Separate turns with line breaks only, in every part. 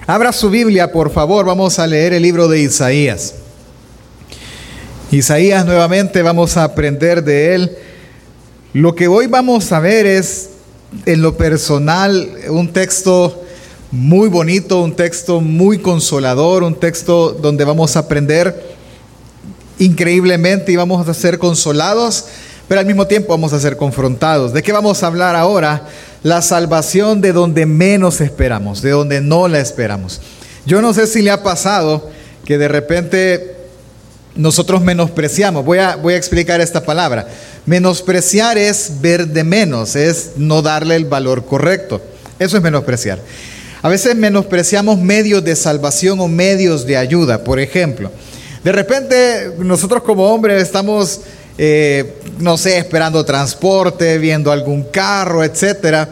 Abra su Biblia, por favor, vamos a leer el libro de Isaías. Isaías, nuevamente vamos a aprender de él. Lo que hoy vamos a ver es, en lo personal, un texto muy bonito, un texto muy consolador, un texto donde vamos a aprender increíblemente y vamos a ser consolados, pero al mismo tiempo vamos a ser confrontados. ¿De qué vamos a hablar ahora? La salvación de donde menos esperamos, de donde no la esperamos. Yo no sé si le ha pasado que de repente nosotros menospreciamos. Voy a explicar esta palabra. Menospreciar es ver de menos, es no darle el valor correcto. Eso es menospreciar. A veces menospreciamos medios de salvación o medios de ayuda. Por ejemplo, de repente nosotros como hombres estamos no sé, esperando transporte, viendo algún carro, etcétera,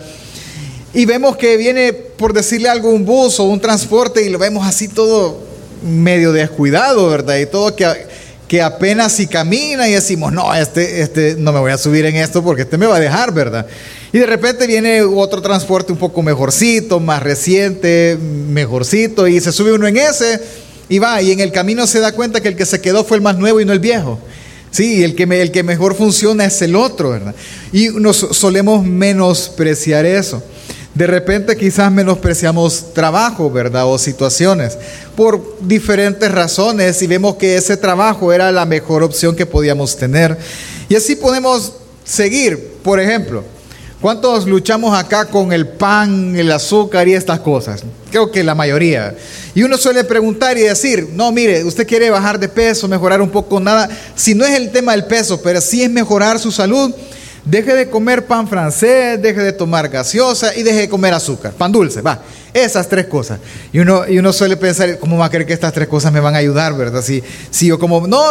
y vemos que viene, por decirle algo, un bus o un transporte, y lo vemos así todo medio descuidado, ¿verdad? Y todo que apenas si camina, y decimos, no, no me voy a subir en esto porque me va a dejar, ¿verdad? Y de repente viene otro transporte un poco mejorcito, más reciente, mejorcito, y se sube uno en ese, y va, y en el camino se da cuenta que el que se quedó fue el más nuevo y no el viejo. Sí, el que mejor funciona es el otro, ¿verdad? Y nos solemos menospreciar eso. De repente quizás menospreciamos trabajo, ¿verdad? O situaciones por diferentes razones, y vemos que ese trabajo era la mejor opción que podíamos tener. Y así podemos seguir. Por ejemplo, ¿cuántos luchamos acá con el pan, el azúcar y estas cosas? Creo que la mayoría. Y uno suele preguntar y decir, no, mire, usted quiere bajar de peso, mejorar un poco, nada. Si no es el tema del peso, pero sí es mejorar su salud, deje de comer pan francés, deje de tomar gaseosa y deje de comer azúcar, pan dulce, va. Esas tres cosas. Y uno suele pensar, ¿cómo va a creer que estas tres cosas me van a ayudar, verdad? Si yo como, no,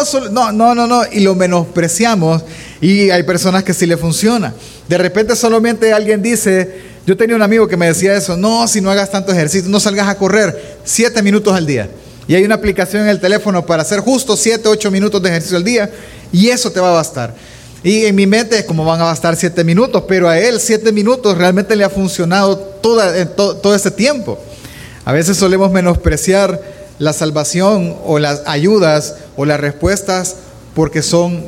y lo menospreciamos, y hay personas que sí le funciona. De repente solamente alguien dice, yo tenía un amigo que me decía eso, no, si no hagas tanto ejercicio, no salgas a correr 7 minutos al día. Y hay una aplicación en el teléfono para hacer justo 7, 8 minutos de ejercicio al día, y eso te va a bastar. Y en mi mente es como van a bastar 7 minutos, pero a él 7 minutos realmente le ha funcionado todo ese tiempo. A veces solemos menospreciar la salvación o las ayudas o las respuestas porque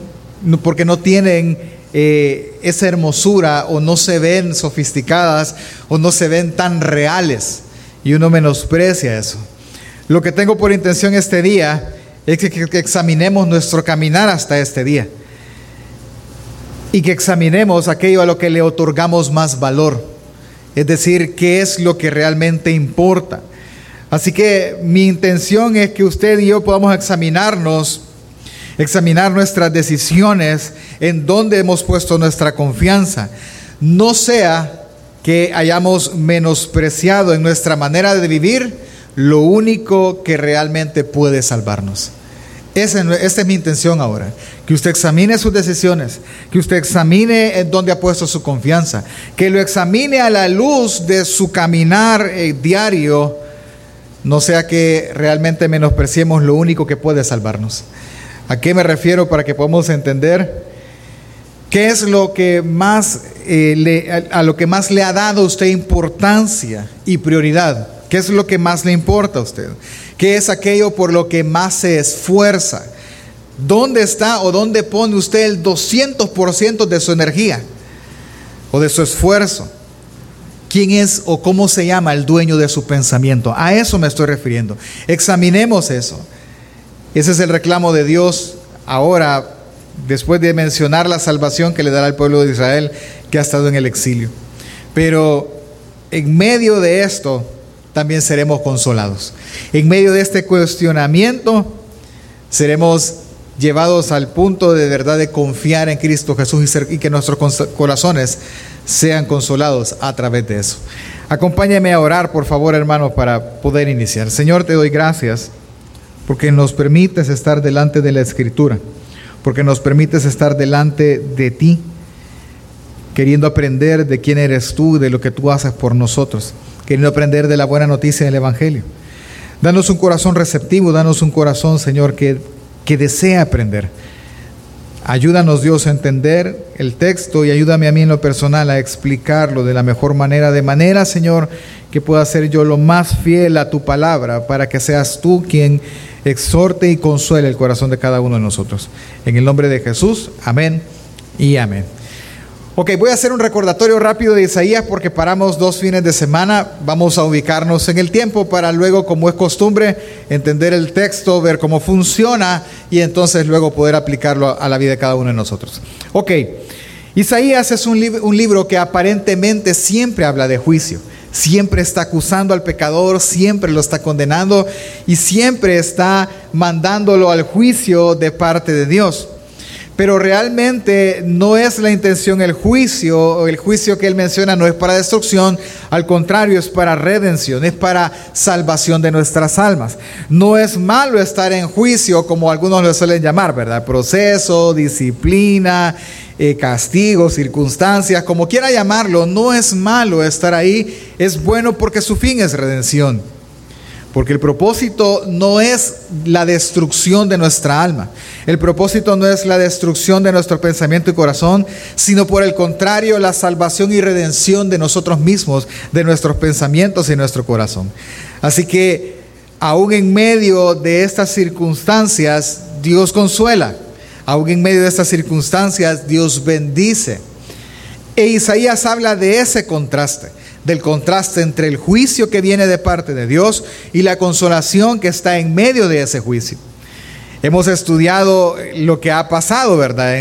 no tienen esa hermosura, o no se ven sofisticadas, o no se ven tan reales, y uno menosprecia eso. Lo que tengo por intención este día es que examinemos nuestro caminar hasta este día, y que examinemos aquello a lo que le otorgamos más valor, es decir, qué es lo que realmente importa. Así que mi intención es que usted y yo podamos examinar nuestras decisiones, en dónde hemos puesto nuestra confianza. No sea que hayamos menospreciado en nuestra manera de vivir lo único que realmente puede salvarnos. Esa es mi intención ahora, que usted examine sus decisiones, que usted examine en dónde ha puesto su confianza, que lo examine a la luz de su caminar diario, no sea que realmente menospreciemos lo único que puede salvarnos. ¿A qué me refiero para que podamos entender qué es lo que más a lo que más le ha dado usted importancia y prioridad? ¿Qué es lo que más le importa a usted? ¿Qué es aquello por lo que más se esfuerza? ¿Dónde está o dónde pone usted el 200% de su energía o de su esfuerzo? ¿Quién es o cómo se llama el dueño de su pensamiento? A eso me estoy refiriendo. Examinemos eso. Ese es el reclamo de Dios ahora, después de mencionar la salvación que le dará al pueblo de Israel que ha estado en el exilio. Pero en medio de esto también seremos consolados. En medio de este cuestionamiento seremos llevados al punto de verdad de confiar en Cristo Jesús y que nuestros corazones sean consolados a través de eso. Acompáñame a orar, por favor, hermanos, para poder iniciar. Señor, te doy gracias porque nos permites estar delante de la Escritura, porque nos permites estar delante de ti, queriendo aprender de quién eres tú, de lo que tú haces por nosotros, queriendo aprender de la buena noticia del Evangelio. Danos un corazón receptivo, danos un corazón, Señor, que desea aprender. Ayúdanos, Dios, a entender el texto y ayúdame a mí en lo personal a explicarlo de la mejor manera, de manera, Señor, que pueda ser yo lo más fiel a tu palabra, para que seas tú quien exhorte y consuele el corazón de cada uno de nosotros. En el nombre de Jesús, amén y amén. Ok, voy a hacer un recordatorio rápido de Isaías porque paramos 2 fines de semana. Vamos a ubicarnos en el tiempo para luego, como es costumbre, entender el texto, ver cómo funciona y entonces luego poder aplicarlo a la vida de cada uno de nosotros. Ok, Isaías es un libro que aparentemente siempre habla de juicio. Siempre está acusando al pecador, siempre lo está condenando y siempre está mandándolo al juicio de parte de Dios. Pero realmente no es la intención el juicio que él menciona no es para destrucción, al contrario, es para redención, es para salvación de nuestras almas. No es malo estar en juicio, como algunos lo suelen llamar, ¿verdad? Proceso, disciplina, castigo, circunstancias, como quiera llamarlo, no es malo estar ahí, es bueno porque su fin es redención. Porque el propósito no es la destrucción de nuestra alma. El propósito no es la destrucción de nuestro pensamiento y corazón, sino por el contrario, la salvación y redención de nosotros mismos, de nuestros pensamientos y nuestro corazón. Así que, aún en medio de estas circunstancias, Dios consuela. Aún en medio de estas circunstancias, Dios bendice. E Isaías habla de ese contraste. Del contraste entre el juicio que viene de parte de Dios y la consolación que está en medio de ese juicio. Hemos estudiado lo que ha pasado, ¿verdad?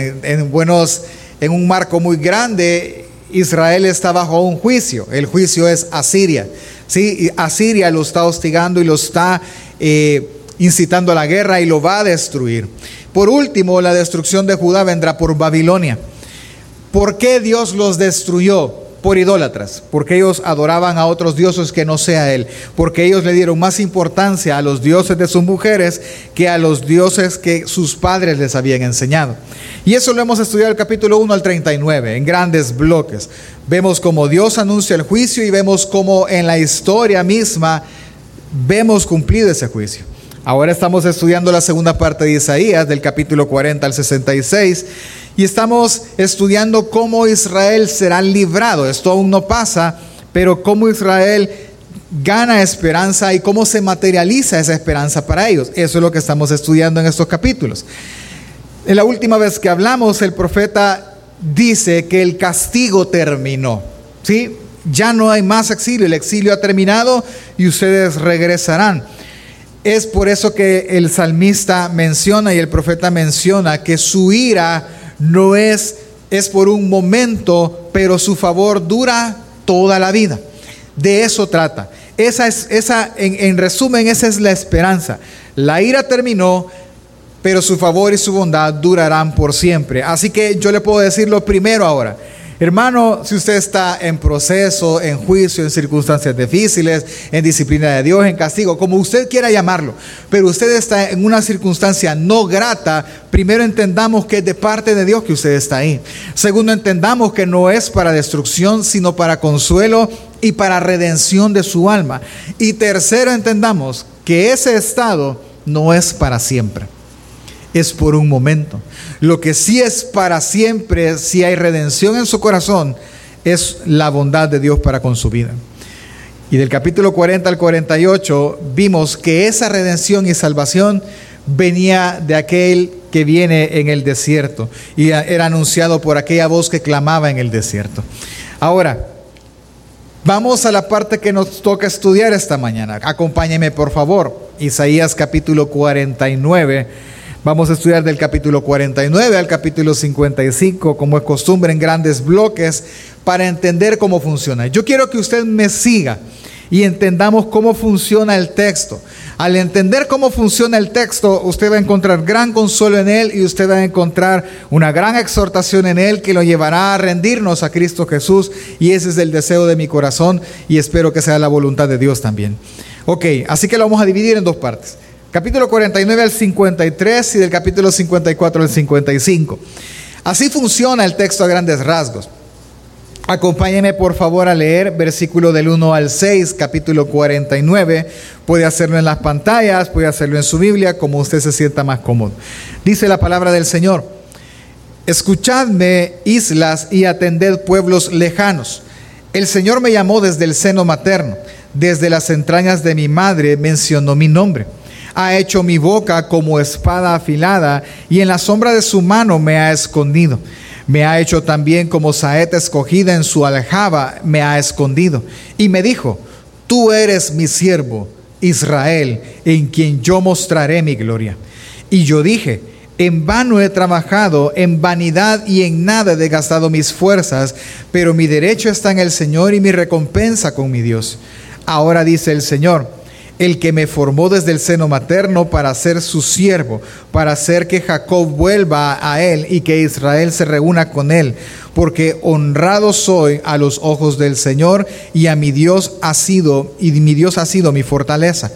En un marco muy grande, Israel está bajo un juicio. El juicio es Asiria. ¿Sí? Asiria lo está hostigando y lo está incitando a la guerra y lo va a destruir. Por último, la destrucción de Judá vendrá por Babilonia. ¿Por qué Dios los destruyó? Por idólatras, porque ellos adoraban a otros dioses que no sea Él, porque ellos le dieron más importancia a los dioses de sus mujeres que a los dioses que sus padres les habían enseñado. Y eso lo hemos estudiado del capítulo 1 al 39, en grandes bloques. Vemos cómo Dios anuncia el juicio y vemos cómo en la historia misma vemos cumplido ese juicio. Ahora estamos estudiando la segunda parte de Isaías, del capítulo 40 al 66, y estamos estudiando cómo Israel será librado. Esto aún no pasa, pero cómo Israel gana esperanza y cómo se materializa esa esperanza para ellos. Eso es lo que estamos estudiando en estos capítulos. En la última vez que hablamos, el profeta dice que el castigo terminó, ¿sí? Ya no hay más exilio, el exilio ha terminado y ustedes regresarán. Es por eso que el salmista menciona y el profeta menciona que su ira no es por un momento, pero su favor dura toda la vida. De eso trata. En resumen, esa es la esperanza. La ira terminó, pero su favor y su bondad durarán por siempre. Así que yo le puedo decir lo primero ahora. Hermano, si usted está en proceso, en juicio, en circunstancias difíciles, en disciplina de Dios, en castigo, como usted quiera llamarlo, pero usted está en una circunstancia no grata, primero entendamos que es de parte de Dios que usted está ahí. Segundo, entendamos que no es para destrucción, sino para consuelo y para redención de su alma. Y tercero, entendamos que ese estado no es para siempre. Es por un momento. Lo que sí es para siempre, si hay redención en su corazón, es la bondad de Dios para con su vida. Y del capítulo 40 al 48 vimos que esa redención y salvación venía de aquel que viene en el desierto y era anunciado por aquella voz que clamaba en el desierto. Ahora, vamos a la parte que nos toca estudiar esta mañana. Acompáñeme, por favor. Isaías capítulo 49. Vamos a estudiar del capítulo 49 al capítulo 55, como es costumbre, en grandes bloques, para entender cómo funciona. Yo quiero que usted me siga y entendamos cómo funciona el texto. Al entender cómo funciona el texto, usted va a encontrar gran consuelo en él y usted va a encontrar una gran exhortación en él que lo llevará a rendirnos a Cristo Jesús, y ese es el deseo de mi corazón y espero que sea la voluntad de Dios también. Ok, así que lo vamos a dividir en dos partes. Capítulo 49 al 53 y del capítulo 54 al 55. Así funciona el texto a grandes rasgos. Acompáñenme por favor a leer versículo del 1 al 6, capítulo 49. Puede hacerlo en las pantallas, puede hacerlo en su Biblia, como usted se sienta más cómodo. Dice la palabra del Señor: Escuchadme, islas, y atended, pueblos lejanos. El Señor me llamó desde el seno materno, desde las entrañas de mi madre mencionó mi nombre. Ha hecho mi boca como espada afilada, y en la sombra de su mano me ha escondido. Me ha hecho también como saeta escogida, en su aljaba me ha escondido. Y me dijo: tú eres mi siervo, Israel, en quien yo mostraré mi gloria. Y yo dije: en vano he trabajado, en vanidad y en nada he desgastado mis fuerzas, pero mi derecho está en el Señor y mi recompensa con mi Dios. Ahora dice el Señor, el que me formó desde el seno materno para ser su siervo, para hacer que Jacob vuelva a él y que Israel se reúna con él, porque honrado soy a los ojos del Señor, y mi Dios ha sido mi fortaleza.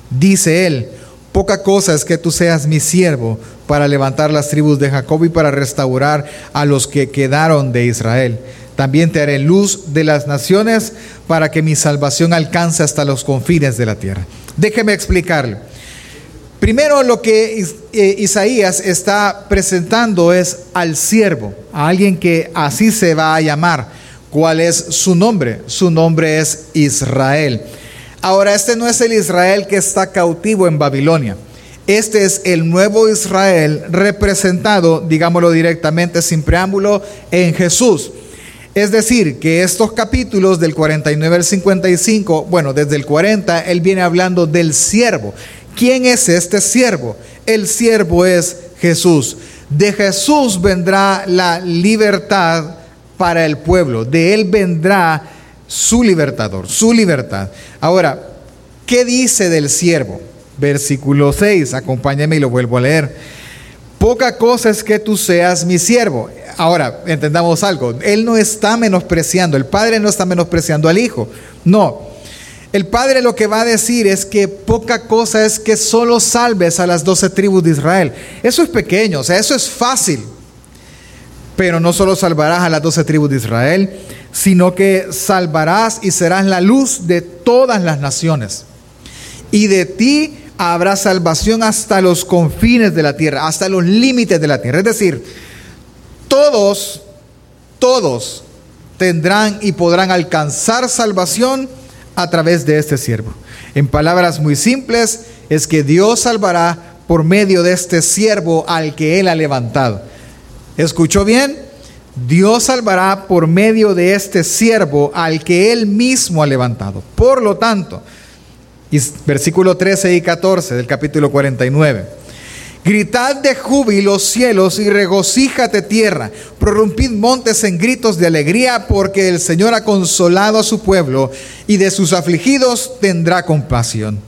Dice él: poca cosa es que tú seas mi siervo para levantar las tribus de Jacob y para restaurar a los que quedaron de Israel. También te haré luz de las naciones para que mi salvación alcance hasta los confines de la tierra. Déjeme explicarle. Primero, lo que Isaías está presentando es al siervo, a alguien que así se va a llamar. ¿Cuál es su nombre? Su nombre es Israel. Ahora, este no es el Israel que está cautivo en Babilonia. Este es el nuevo Israel representado, digámoslo directamente, sin preámbulo, en Jesús. Es decir, que estos capítulos del 49 al 55, bueno, desde el 40, él viene hablando del siervo. ¿Quién es este siervo? El siervo es Jesús. De Jesús vendrá la libertad para el pueblo. De él vendrá su libertador, su libertad. Ahora, ¿qué dice del siervo? Versículo 6, acompáñame y lo vuelvo a leer. Poca cosa es que tú seas mi siervo. Ahora, entendamos algo. Él no está menospreciando, el Padre no está menospreciando al Hijo. No. El Padre lo que va a decir es que poca cosa es que solo salves a las 12 tribus de Israel. Eso es pequeño, o sea, eso es fácil. Pero no solo salvarás a las 12 tribus de Israel, sino que salvarás y serás la luz de todas las naciones. Y de ti habrá salvación hasta los confines de la tierra, hasta los límites de la tierra. Es decir, todos tendrán y podrán alcanzar salvación a través de este siervo. En palabras muy simples, es que Dios salvará por medio de este siervo al que Él ha levantado. ¿Escuchó bien? Dios salvará por medio de este siervo al que Él mismo ha levantado. Por lo tanto, versículo 13 y 14 del capítulo 49. Gritad de júbilo cielos y regocíjate tierra, prorrumpid montes en gritos de alegría, porque el Señor ha consolado a su pueblo y de sus afligidos tendrá compasión.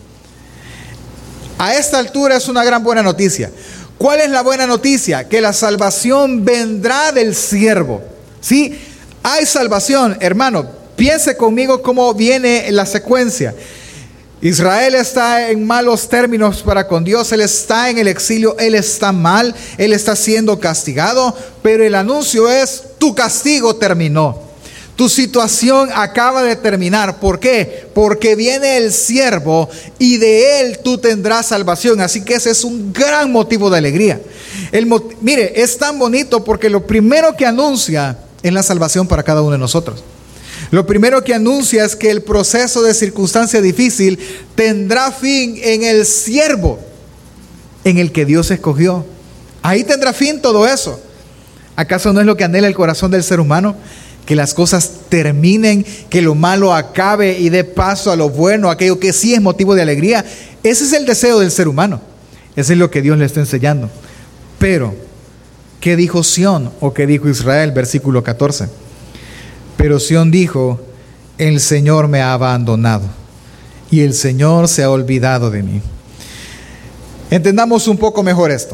A esta altura es una gran buena noticia. ¿Cuál es la buena noticia? Que la salvación vendrá del siervo. ¿Sí? Hay salvación, hermano. Piense conmigo cómo viene la secuencia. Israel está en malos términos para con Dios, él está en el exilio, él está mal, él está siendo castigado, pero el anuncio es: tu castigo terminó, tu situación acaba de terminar. ¿Por qué? Porque viene el siervo y de él tú tendrás salvación. Así que ese es un gran motivo de alegría. Mire, es tan bonito porque lo primero que anuncia es la salvación para cada uno de nosotros. Lo primero que anuncia es que el proceso de circunstancia difícil tendrá fin en el siervo, en el que Dios escogió. Ahí tendrá fin todo eso. ¿Acaso no es lo que anhela el corazón del ser humano? Que las cosas terminen, que lo malo acabe y dé paso a lo bueno, aquello que sí es motivo de alegría. Ese es el deseo del ser humano. Ese es lo que Dios le está enseñando. Pero, ¿qué dijo Sión o qué dijo Israel? Versículo 14. Pero Sión dijo: el Señor me ha abandonado y el Señor se ha olvidado de mí. Entendamos un poco mejor esto.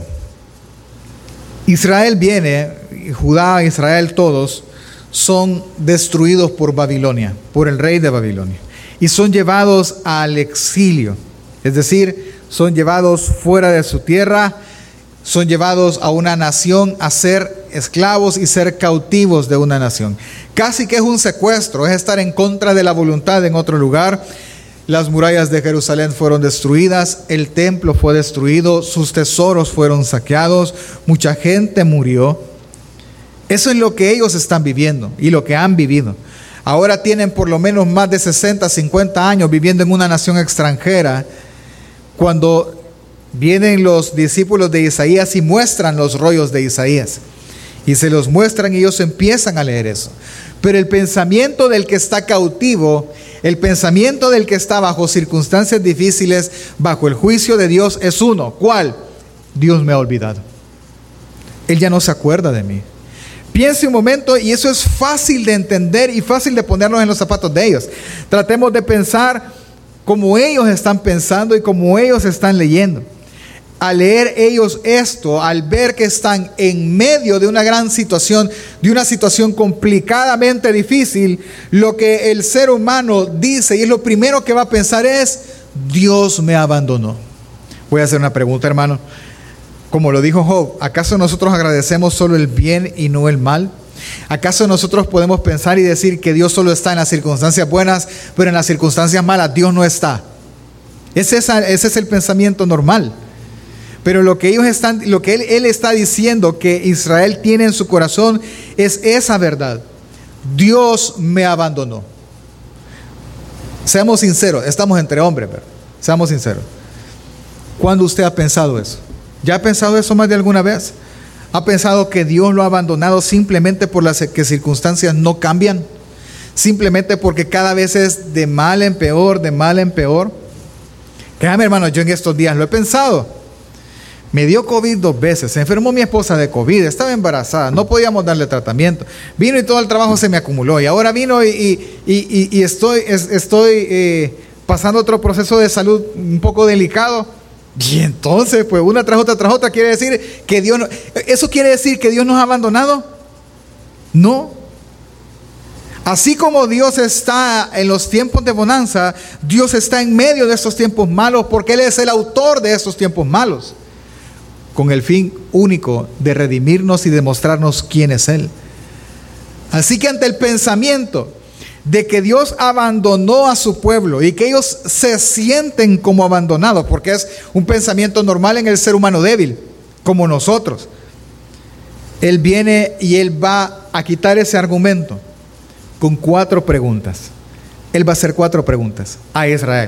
Israel viene, Judá, Israel, todos son destruidos por Babilonia, por el rey de Babilonia, y son llevados al exilio, es decir, son llevados fuera de su tierra, son llevados a una nación a ser esclavos y ser cautivos de una nación. Casi que es un secuestro, es estar en contra de la voluntad en otro lugar. Las murallas de Jerusalén fueron destruidas, el templo fue destruido, sus tesoros fueron saqueados, mucha gente murió. Eso es lo que ellos están viviendo y lo que han vivido. Ahora tienen por lo menos más de 60, 50 años viviendo en una nación extranjera, cuando vienen los discípulos de Isaías y muestran los rollos de Isaías. Y se los muestran y ellos empiezan a leer eso. Pero el pensamiento del que está cautivo, el pensamiento del que está bajo circunstancias difíciles, bajo el juicio de Dios, es uno. ¿Cuál? Dios me ha olvidado. Él ya no se acuerda de mí. Piense un momento, y eso es fácil de entender y fácil de ponernos en los zapatos de ellos. Tratemos de pensar como ellos están pensando y como ellos están leyendo. Al leer ellos esto, al ver que están en medio de una gran situación, de una situación complicadamente difícil, lo que el ser humano dice y es lo primero que va a pensar es: Dios me abandonó. Voy a hacer una pregunta, hermano. Como lo dijo Job, ¿acaso nosotros agradecemos solo el bien y no el mal? ¿Acaso nosotros podemos pensar y decir que Dios solo está en las circunstancias buenas, pero en las circunstancias malas Dios no está? Ese es el pensamiento normal. Pero lo que él está diciendo que Israel tiene en su corazón es esa verdad. Dios me abandonó. Seamos sinceros, estamos entre hombres, pero seamos sinceros. ¿Cuándo usted ha pensado eso? ¿Ya ha pensado eso más de alguna vez? ¿Ha pensado que Dios lo ha abandonado simplemente por las que circunstancias no cambian? Simplemente porque cada vez es de mal en peor, de mal en peor. Créame, hermano, yo en estos días lo he pensado. Me dio COVID 2 veces, se enfermó mi esposa de COVID, estaba embarazada, no podíamos darle tratamiento. Vino y todo el trabajo se me acumuló. Y ahora vino y estoy pasando otro proceso de salud un poco delicado. Y entonces, pues una tras otra, quiere decir que Dios no, ¿eso quiere decir que Dios nos ha abandonado? No. Así como Dios está en los tiempos de bonanza, Dios está en medio de estos tiempos malos, porque Él es el autor de estos tiempos malos, con el fin único de redimirnos y demostrarnos quién es Él. Así que ante el pensamiento de que Dios abandonó a su pueblo y que ellos se sienten como abandonados, porque es un pensamiento normal en el ser humano débil, como nosotros, Él viene y Él va a quitar ese argumento con 4 preguntas. Él va a hacer 4 preguntas a Israel.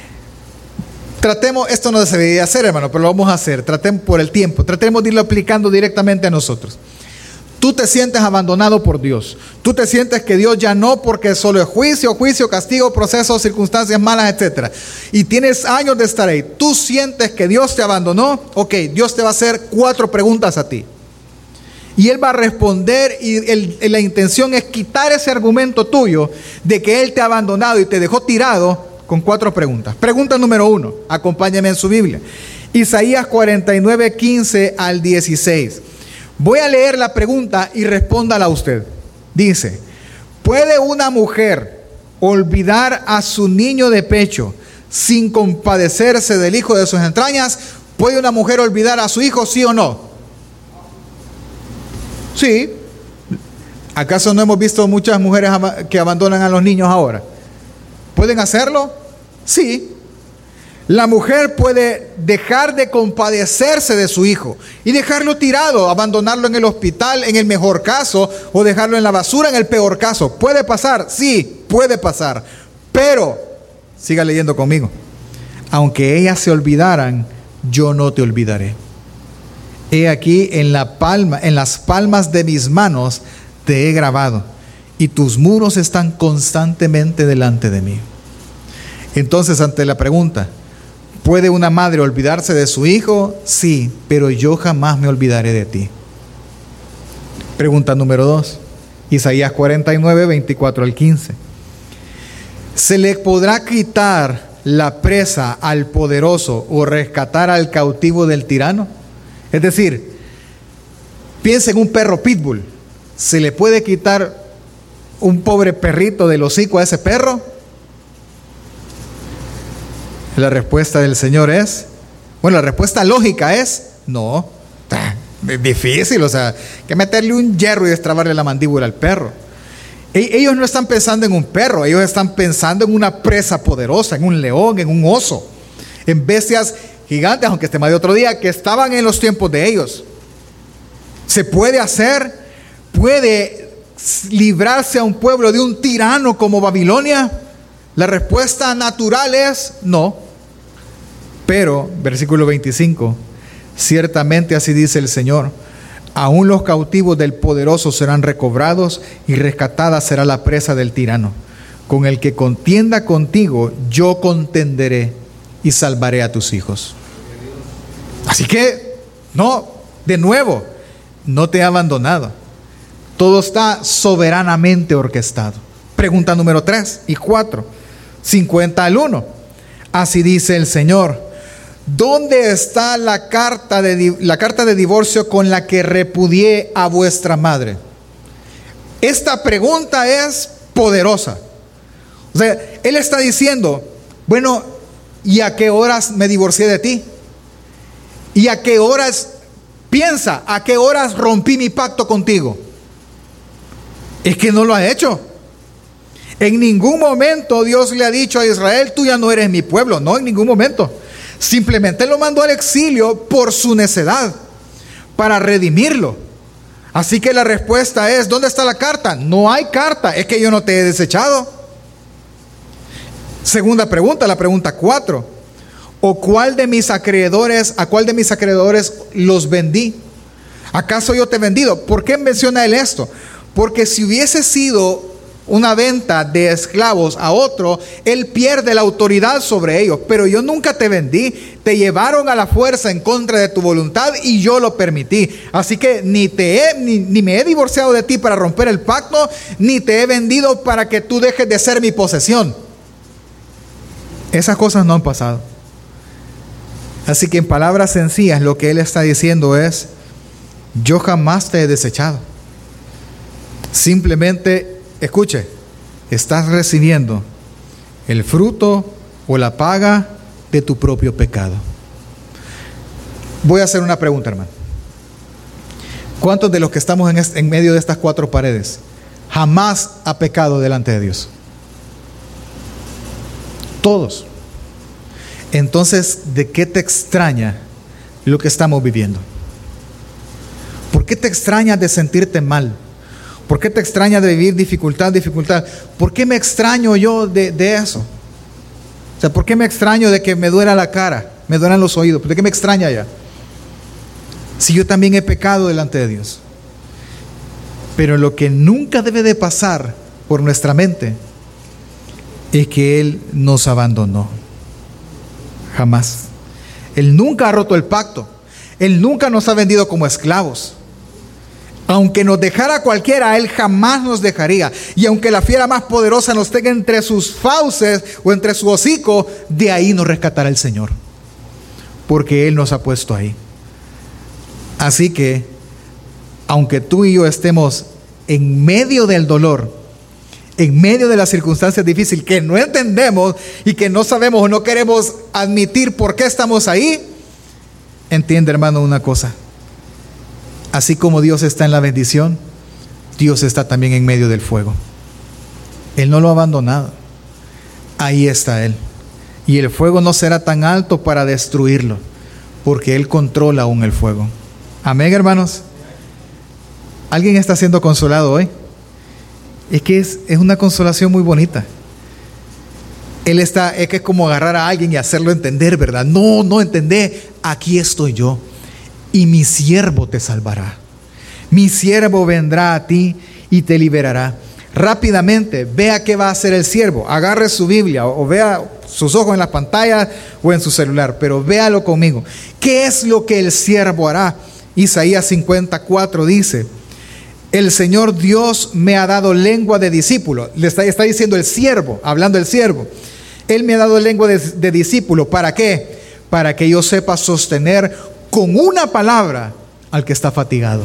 Tratemos, esto no se debería hacer, hermano, pero lo vamos a hacer. Tratemos por el tiempo, tratemos de irlo aplicando directamente a nosotros. Tú te sientes abandonado por Dios. Tú te sientes que Dios ya no, porque solo es juicio, castigo, procesos, circunstancias malas, etc. Y tienes años de estar ahí. Tú sientes que Dios te abandonó. Ok, Dios te va a hacer 4 preguntas a ti. Y Él va a responder, y la intención es quitar ese argumento tuyo de que Él te ha abandonado y te dejó tirado con 4 preguntas. Pregunta número 1, acompáñame en su Biblia. Isaías 49, 15 al 16. Voy a leer la pregunta y respóndala usted. Dice: ¿puede una mujer olvidar a su niño de pecho sin compadecerse del hijo de sus entrañas? ¿Puede una mujer olvidar a su hijo, sí o no? Sí. ¿Acaso no hemos visto muchas mujeres que abandonan a los niños ahora? ¿Pueden hacerlo? Sí. La mujer puede dejar de compadecerse de su hijo y dejarlo tirado, abandonarlo en el hospital en el mejor caso, o dejarlo en la basura en el peor caso. ¿Puede pasar? Sí, puede pasar. Pero, siga leyendo conmigo. Aunque ellas se olvidaran, yo no te olvidaré. He aquí en las palmas de mis manos te he grabado, y tus muros están constantemente delante de mí. Entonces, ante la pregunta, ¿puede una madre olvidarse de su hijo? Sí, pero yo jamás me olvidaré de ti. Pregunta número 2, Isaías 49, 24 al 15. ¿Se le podrá quitar la presa al poderoso o rescatar al cautivo del tirano? Es decir, piensa en un perro pitbull. ¿Se le puede quitar un pobre perrito del hocico a ese perro? La respuesta del Señor es, la respuesta lógica es, no. Es difícil, que meterle un hierro y destrabarle la mandíbula al perro. Ellos no están pensando en un perro, ellos están pensando en una presa poderosa, en un león, en un oso, en bestias gigantes, aunque este tema de otro día, que estaban en los tiempos de ellos. Se puede hacer, puede librarse a un pueblo de un tirano como Babilonia? La respuesta natural es no. Pero, versículo 25, ciertamente así dice el Señor: aún los cautivos del poderoso serán recobrados, y rescatada será la presa del tirano. Con el que contienda contigo, yo contenderé y salvaré a tus hijos. Así que, no, de nuevo, no te he abandonado. Todo está soberanamente orquestado. Pregunta número 3 y 4, 50 al 1. Así dice el Señor: ¿dónde está la carta de divorcio con la que repudié a vuestra madre? Esta pregunta es poderosa. O sea, él está diciendo, bueno, ¿y a qué horas me divorcié de ti? ¿Y a qué horas, piensa, a qué horas rompí mi pacto contigo? Es que no lo ha hecho. En ningún momento Dios le ha dicho a Israel: tú ya no eres mi pueblo. No, en ningún momento. Simplemente lo mandó al exilio por su necedad, para redimirlo. Así que la respuesta es: ¿dónde está la carta? No hay carta, es que yo no te he desechado. Segunda pregunta, la pregunta 4. ¿O a cuál de mis acreedores los vendí? ¿Acaso yo te he vendido? ¿Por qué menciona él esto? Porque si hubiese sido una venta de esclavos a otro, él pierde la autoridad sobre ellos. Pero yo nunca te vendí, te llevaron a la fuerza en contra de tu voluntad y yo lo permití. Así que ni me he divorciado de ti para romper el pacto, ni te he vendido para que tú dejes de ser mi posesión. Esas cosas no han pasado. Así que en palabras sencillas, lo que él está diciendo es: yo jamás te he desechado. Simplemente, escuche, estás recibiendo el fruto o la paga de tu propio pecado. Voy a hacer una pregunta, hermano. ¿Cuántos de los que estamos en medio de estas 4 paredes jamás ha pecado delante de Dios? Todos. Entonces, ¿de qué te extraña lo que estamos viviendo? ¿Por qué te extraña de sentirte mal? ¿Por qué te extraña de vivir dificultad? ¿Por qué me extraño yo de eso? O sea, ¿por qué me extraño de que me duela la cara, me duelan los oídos? ¿Por qué me extraña ya? Si yo también he pecado delante de Dios. Pero lo que nunca debe de pasar por nuestra mente es que Él nos abandonó. Jamás. Él nunca ha roto el pacto. Él nunca nos ha vendido como esclavos. Aunque nos dejara cualquiera, Él jamás nos dejaría. Y aunque la fiera más poderosa nos tenga entre sus fauces o entre su hocico, de ahí nos rescatará el Señor. Porque Él nos ha puesto ahí. Así que, aunque tú y yo estemos en medio del dolor, en medio de las circunstancias difíciles que no entendemos y que no sabemos o no queremos admitir por qué estamos ahí, entiende, hermano, una cosa: así como Dios está en la bendición, Dios está también en medio del fuego. Él no lo ha abandonado. Ahí está Él. Y el fuego no será tan alto para destruirlo, porque Él controla aún el fuego. Amén, hermanos. ¿Alguien está siendo consolado hoy? Es que es una consolación muy bonita. Es que es como agarrar a alguien y hacerlo entender, ¿verdad? No entendé. Aquí estoy yo. Y mi siervo te salvará. Mi siervo vendrá a ti y te liberará. Rápidamente, vea qué va a hacer el siervo. Agarre su Biblia o vea sus ojos en las pantallas o en su celular, pero véalo conmigo. ¿Qué es lo que el siervo hará? Isaías 54 dice: el Señor Dios me ha dado lengua de discípulo. Le está diciendo el siervo, hablando el siervo. Él me ha dado lengua de discípulo. ¿Para qué? Para que yo sepa sostener con una palabra al que está fatigado.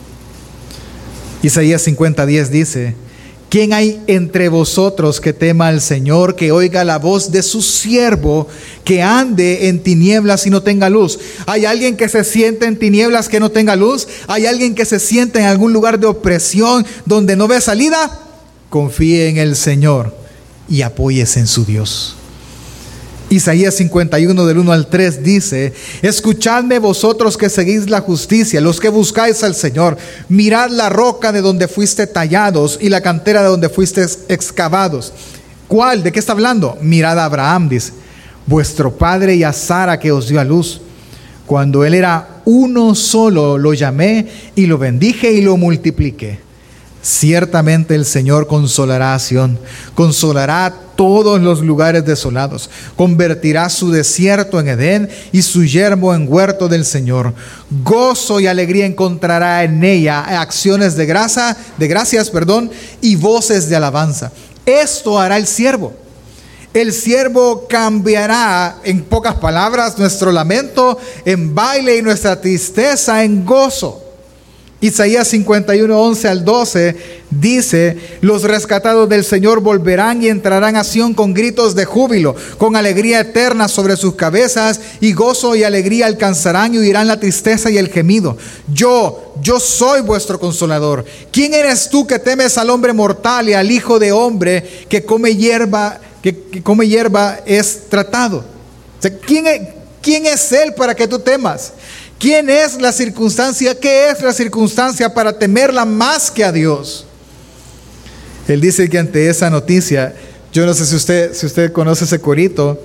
Isaías 50:10 dice: ¿quién hay entre vosotros que tema al Señor, que oiga la voz de su siervo, que ande en tinieblas y no tenga luz? ¿Hay alguien que se siente en tinieblas que no tenga luz? ¿Hay alguien que se siente en algún lugar de opresión donde no ve salida? Confíe en el Señor y apóyese en su Dios. Isaías 51 del 1 al 3 dice: escuchadme vosotros que seguís la justicia, los que buscáis al Señor. Mirad la roca de donde fuiste tallados y la cantera de donde fuiste excavados. ¿Cuál? ¿De qué está hablando? Mirad a Abraham, dice, vuestro padre, y a Sara que os dio a luz. Cuando él era uno solo, lo llamé y lo bendije y lo multipliqué. Ciertamente el Señor consolará a Sión, consolará todos los lugares desolados, convertirá su desierto en Edén y su yermo en huerto del Señor. Gozo y alegría encontrará en ella, acciones de gracias, y voces de alabanza. Esto hará el siervo. El siervo cambiará, en pocas palabras, nuestro lamento en baile y nuestra tristeza en gozo. Isaías 51, 11 al 12 dice: los rescatados del Señor volverán y entrarán a Sión con gritos de júbilo, con alegría eterna sobre sus cabezas, y gozo y alegría alcanzarán y huirán la tristeza y el gemido. Yo soy vuestro consolador. ¿Quién eres tú que temes al hombre mortal y al hijo de hombre que come hierba, que come hierba es tratado? O sea, ¿quién es él para que tú temas? ¿Quién es la circunstancia? ¿Qué es la circunstancia para temerla más que a Dios? Él dice que ante esa noticia, yo no sé si usted conoce ese corito,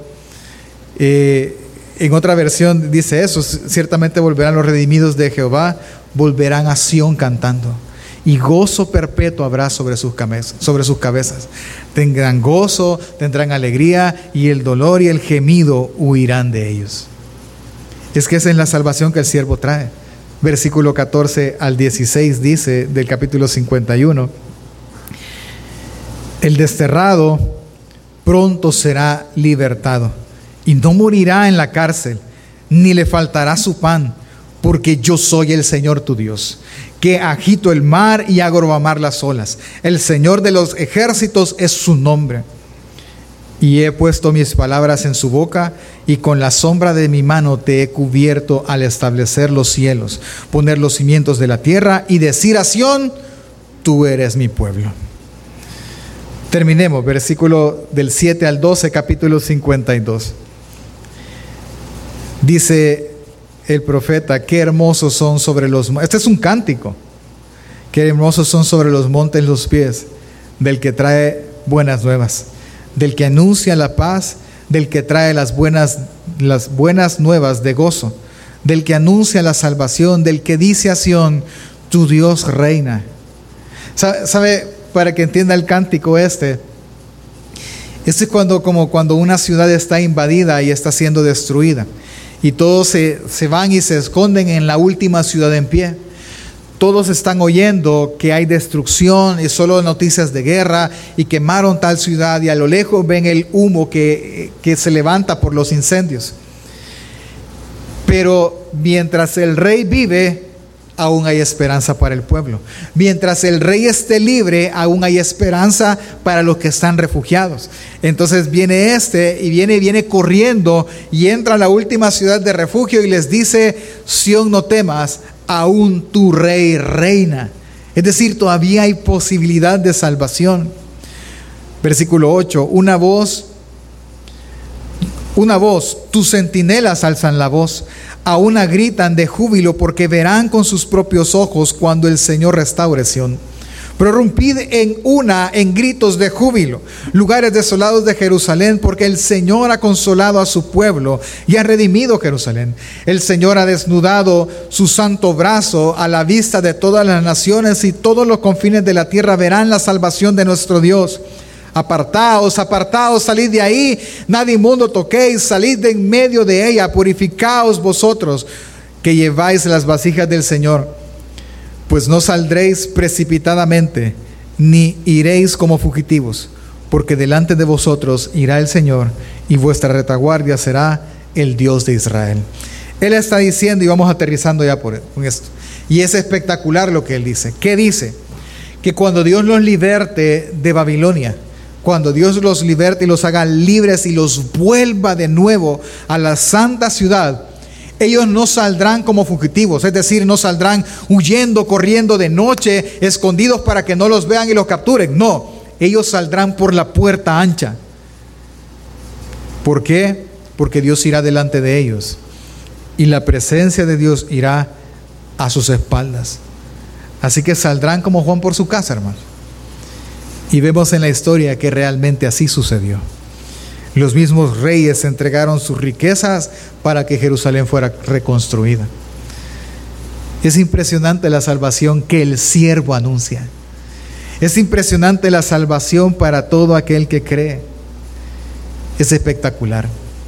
en otra versión dice eso: ciertamente volverán los redimidos de Jehová, volverán a Sión cantando, y gozo perpetuo habrá sobre sus cabezas. Tendrán gozo, tendrán alegría, y el dolor y el gemido huirán de ellos. Es que esa es la salvación que el siervo trae. Versículo 14 al 16 dice del capítulo 51: el desterrado pronto será libertado, y no morirá en la cárcel, ni le faltará su pan, porque yo soy el Señor tu Dios, que agito el mar y hago bramar las olas. El Señor de los ejércitos es su nombre. Y he puesto mis palabras en su boca, y con la sombra de mi mano te he cubierto al establecer los cielos, poner los cimientos de la tierra y decir a Sión: tú eres mi pueblo. Terminemos, versículo del 7 al 12, capítulo 52. Dice el profeta: qué hermosos son sobre los montes. Este es un cántico. Qué hermosos son sobre los montes los pies del que trae buenas nuevas, del que anuncia la paz, del que trae las buenas nuevas de gozo, del que anuncia la salvación, del que dice a Sión: tu Dios reina. ¿Sabe? Para que entienda el cántico este es como cuando una ciudad está invadida y está siendo destruida, y todos se van y se esconden en la última ciudad en pie. Todos están oyendo que hay destrucción y solo noticias de guerra, y quemaron tal ciudad, y a lo lejos ven el humo que se levanta por los incendios. Pero mientras el rey vive, aún hay esperanza para el pueblo. Mientras el rey esté libre, aún hay esperanza para los que están refugiados. Entonces viene y viene corriendo y entra a la última ciudad de refugio y les dice: Sión, no temas, aún tu rey reina. Es decir, todavía hay posibilidad de salvación. Versículo 8: una voz, tus centinelas alzan la voz, a una gritan de júbilo, porque verán con sus propios ojos cuando el Señor restaure Sión. Prorrumpid en gritos de júbilo, lugares desolados de Jerusalén, porque el Señor ha consolado a su pueblo y ha redimido Jerusalén. El Señor ha desnudado su santo brazo a la vista de todas las naciones, y todos los confines de la tierra verán la salvación de nuestro Dios. Apartaos, apartaos, salid de ahí, nada inmundo toquéis, salid de en medio de ella, purificaos vosotros que lleváis las vasijas del Señor. Pues no saldréis precipitadamente, ni iréis como fugitivos, porque delante de vosotros irá el Señor, y vuestra retaguardia será el Dios de Israel. Él está diciendo, y vamos aterrizando ya con esto, y es espectacular lo que él dice. ¿Qué dice? Que cuando Dios los liberte de Babilonia, cuando Dios los liberte y los haga libres y los vuelva de nuevo a la santa ciudad, ellos no saldrán como fugitivos, es decir, no saldrán huyendo, corriendo de noche, escondidos para que no los vean y los capturen. No, ellos saldrán por la puerta ancha. ¿Por qué? porque Dios irá delante de ellos y la presencia de Dios irá a sus espaldas. Así que saldrán como Juan por su casa, hermano. Y vemos en la historia que realmente así sucedió. Los mismos reyes entregaron sus riquezas para que Jerusalén fuera reconstruida. Es impresionante la salvación que el siervo anuncia. Es impresionante la salvación para todo aquel que cree. Es espectacular.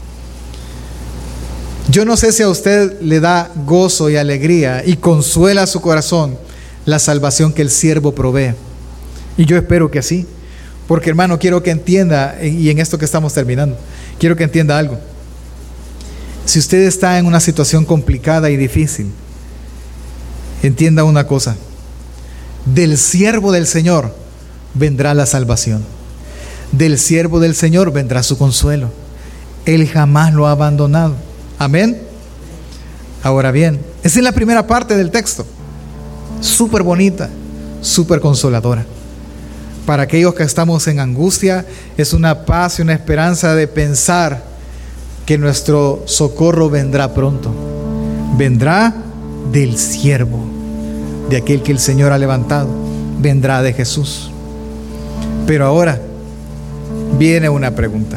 Yo no sé si a usted le da gozo y alegría y consuela su corazón la salvación que el siervo provee. Y yo espero que sí. Porque, hermano, quiero que entienda, y en esto que estamos terminando, quiero que entienda algo. Si usted está en una situación complicada y difícil, entienda una cosa: del siervo del Señor vendrá la salvación. Del siervo del Señor vendrá su consuelo. Él jamás lo ha abandonado. Amén. Ahora bien, esa es la primera parte del texto. Súper bonita, súper consoladora. Para aquellos que estamos en angustia, es una paz y una esperanza de pensar que nuestro socorro vendrá pronto. Vendrá del siervo, de aquel que el Señor ha levantado. Vendrá de Jesús. Pero ahora viene una pregunta.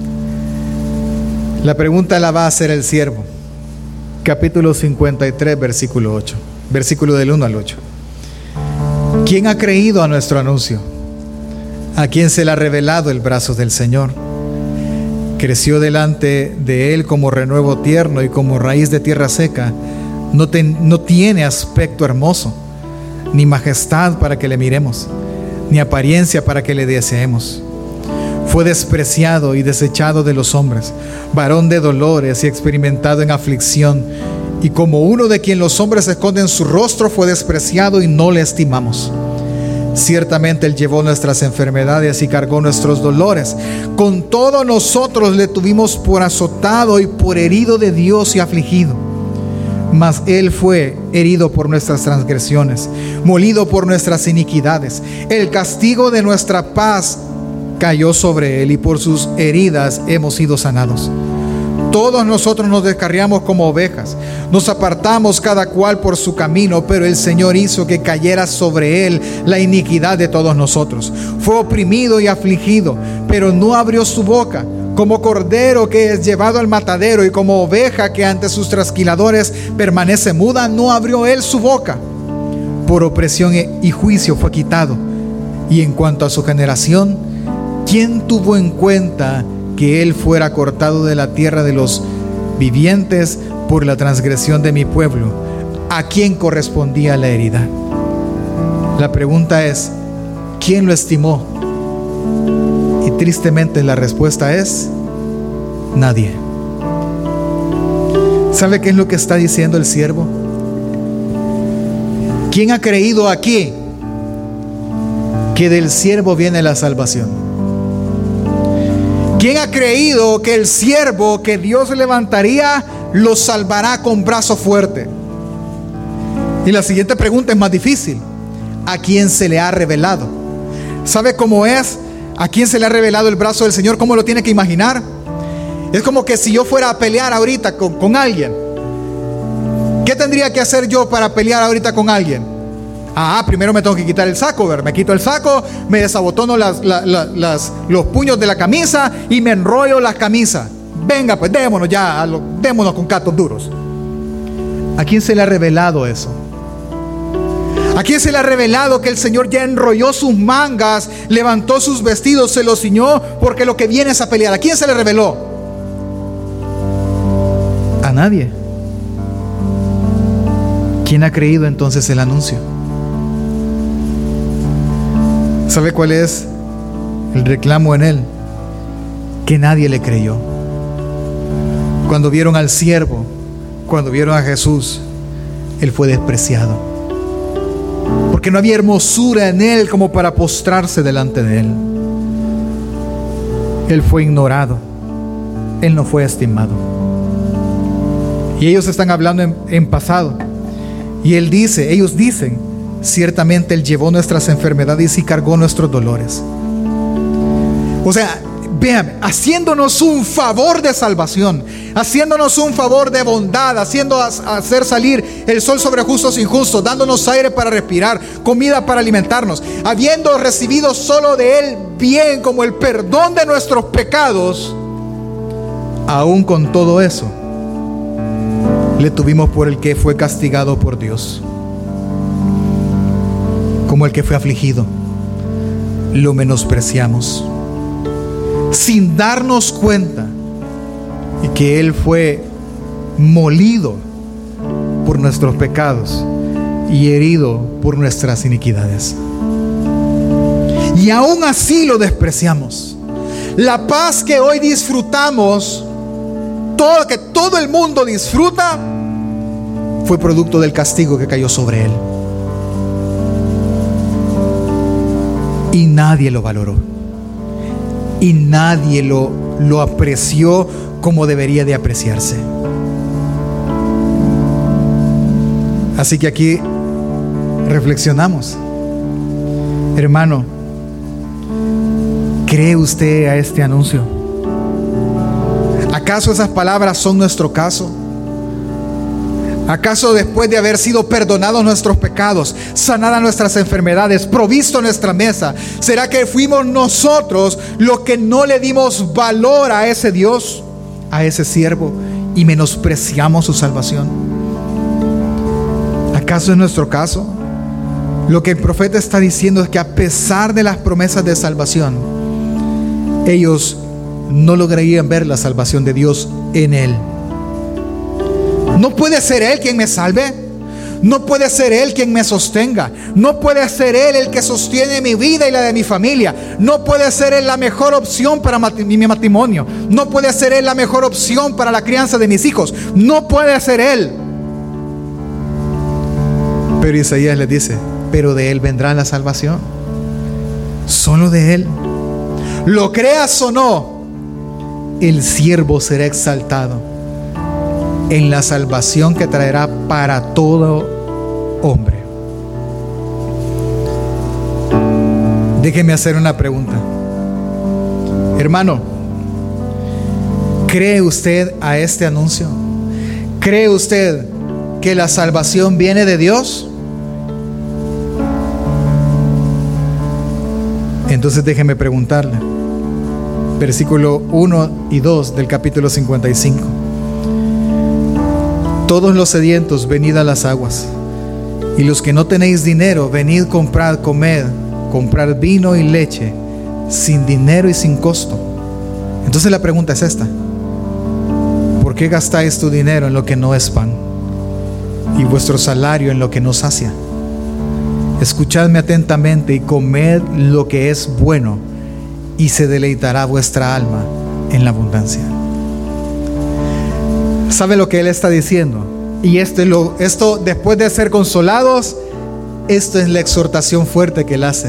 La pregunta la va a hacer el siervo. Capítulo 53, versículo 8. Versículo del 1 al 8. ¿Quién ha creído a nuestro anuncio? ¿A quién se le ha revelado el brazo del Señor? Creció delante de él como renuevo tierno y como raíz de tierra seca. No tiene aspecto hermoso, ni majestad para que le miremos, ni apariencia para que le deseemos. Fue despreciado y desechado de los hombres, varón de dolores y experimentado en aflicción, y como uno de quien los hombres esconden su rostro, fue despreciado y no le estimamos. Ciertamente Él llevó nuestras enfermedades y cargó nuestros dolores. Con todo nosotros le tuvimos por azotado y por herido de Dios y afligido. Mas Él fue herido por nuestras transgresiones, molido por nuestras iniquidades. El castigo de nuestra paz cayó sobre Él, y por sus heridas hemos sido sanados. Todos nosotros nos descarriamos como ovejas, nos apartamos cada cual por su camino, pero el Señor hizo que cayera sobre Él la iniquidad de todos nosotros. Fue oprimido y afligido, pero no abrió su boca. Como cordero que es llevado al matadero, y como oveja que ante sus trasquiladores permanece muda, no abrió Él su boca. Por opresión y juicio fue quitado. Y en cuanto a su generación, ¿quién tuvo en cuenta que Él fuera cortado de la tierra de los vivientes por la transgresión de mi pueblo? ¿A quién correspondía la herida? La pregunta es, ¿quién lo estimó? Y tristemente la respuesta es, nadie. ¿Sabe qué es lo que está diciendo el siervo? ¿Quién ha creído aquí que del siervo viene la salvación? ¿Quién ha creído que el siervo que Dios levantaría lo salvará con brazo fuerte? Y la siguiente pregunta es más difícil. ¿A quién se le ha revelado? ¿Sabe cómo es? ¿A quién se le ha revelado el brazo del Señor? ¿Cómo lo tiene que imaginar? Es como que si yo fuera a pelear ahorita con alguien. ¿Qué tendría que hacer yo para pelear ahorita con alguien? Primero me tengo que quitar el saco, ¿ver? Me quito el saco, me desabotono los puños de la camisa y me enrollo la camisa. Venga, pues démonos ya, démonos con catos duros. ¿A quién se le ha revelado eso? ¿A quién se le ha revelado que el Señor ya enrolló sus mangas, levantó sus vestidos, se los ciñó, porque lo que viene es a pelear? ¿A quién se le reveló? A nadie. ¿Quién ha creído entonces el anuncio? ¿Sabe cuál es el reclamo en él? Que nadie le creyó. Cuando vieron al siervo, cuando vieron a Jesús, Él fue despreciado. Porque no había hermosura en Él como para postrarse delante de Él. Él fue ignorado. Él no fue estimado. Y ellos están hablando en pasado. Y ellos dicen, ciertamente Él llevó nuestras enfermedades y cargó nuestros dolores. O sea, Vean, haciéndonos un favor de salvación, haciéndonos un favor de bondad, hacer salir el sol sobre justos e injustos, dándonos aire para respirar, comida para alimentarnos, habiendo recibido solo de Él bien como el perdón de nuestros pecados, aún con todo eso, le tuvimos por el que fue castigado por Dios, como el que fue afligido, lo menospreciamos, sin darnos cuenta y que Él fue molido por nuestros pecados y herido por nuestras iniquidades. Y aún así lo despreciamos. La paz que hoy disfrutamos, que todo el mundo disfruta, fue producto del castigo que cayó sobre Él. Y nadie lo valoró. Y nadie lo apreció como debería de apreciarse. Así que aquí reflexionamos. Hermano, ¿cree usted a este anuncio? ¿Acaso esas palabras son nuestro caso? ¿Acaso después de haber sido perdonados nuestros pecados, sanadas nuestras enfermedades, provisto nuestra mesa, será que fuimos nosotros los que no le dimos valor a ese Dios, a ese siervo, y menospreciamos su salvación? ¿Acaso es nuestro caso? Lo que el profeta está diciendo es que a pesar de las promesas de salvación, ellos no lograrían ver la salvación de Dios en Él. No puede ser Él quien me salve. No puede ser Él quien me sostenga. No puede ser Él el que sostiene mi vida y la de mi familia. No puede ser Él la mejor opción para mi matrimonio. No puede ser Él la mejor opción para la crianza de mis hijos. No puede ser Él. Pero Isaías les dice, pero de Él vendrá la salvación. Solo de Él. Lo creas o no, el siervo será exaltado en la salvación que traerá para todo hombre. Déjeme hacer una pregunta. Hermano, ¿cree usted a este anuncio? ¿Cree usted que la salvación viene de Dios? Entonces déjeme preguntarle. Versículo 1 y 2 del capítulo 55. Todos los sedientos, venid a las aguas, y los que no tenéis dinero, venid, comprad, comed, comprar vino y leche, sin dinero y sin costo. Entonces la pregunta es esta: ¿por qué gastáis tu dinero en lo que no es pan, y vuestro salario en lo que no sacia? Escuchadme atentamente y comed lo que es bueno, y se deleitará vuestra alma en la abundancia. ¿Sabe lo que Él está diciendo? Y esto después de ser consolados, esto es la exhortación fuerte que Él hace.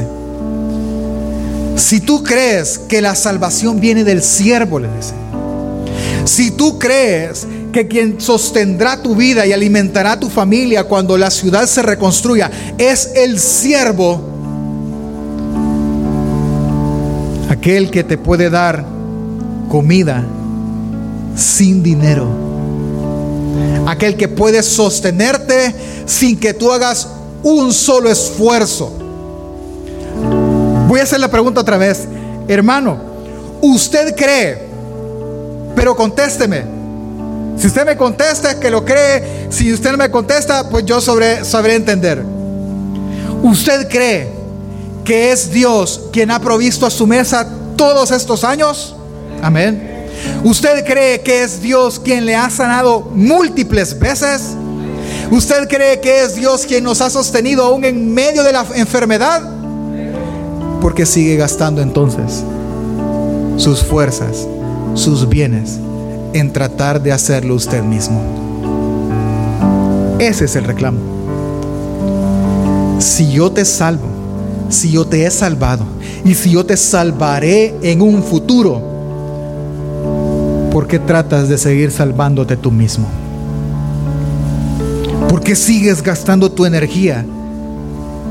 Si tú crees que la salvación viene del siervo, le dice, si tú crees que quien sostendrá tu vida y alimentará tu familia cuando la ciudad se reconstruya es el siervo, aquel que te puede dar comida sin dinero, aquel que puede sostenerte sin que tú hagas un solo esfuerzo. Voy a hacer la pregunta otra vez. Hermano, ¿usted cree? Pero contésteme. Si usted me contesta es que lo cree. Si usted no me contesta, pues yo sabré entender. ¿Usted cree que es Dios quien ha provisto a su mesa todos estos años? Amén. ¿Usted cree que es Dios quien le ha sanado múltiples veces? ¿Usted cree que es Dios quien nos ha sostenido aún en medio de la enfermedad? ¿Por qué sigue gastando entonces sus fuerzas, sus bienes en tratar de hacerlo usted mismo? Ese es el reclamo. Si yo te salvo, si yo te he salvado y si yo te salvaré en un futuro, ¿por qué tratas de seguir salvándote tú mismo? ¿Por qué sigues gastando tu energía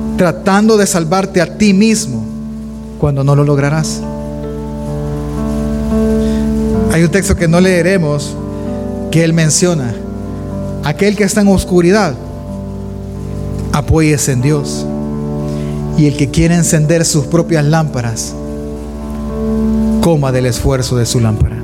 tratando de salvarte a ti mismo cuando no lo lograrás? Hay un texto que no leeremos que él menciona: aquel que está en oscuridad, apóyese en Dios. Y el que quiere encender sus propias lámparas, coma del esfuerzo de su lámpara.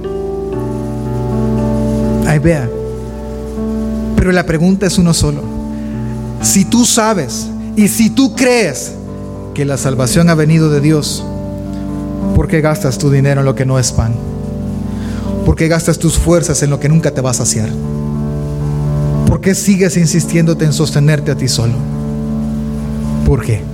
Ahí vea. Pero la pregunta es uno solo. Si tú sabes y si tú crees que la salvación ha venido de Dios, ¿por qué gastas tu dinero en lo que no es pan? ¿Por qué gastas tus fuerzas en lo que nunca te va a saciar? ¿Por qué sigues insistiéndote en sostenerte a ti solo? ¿Por qué?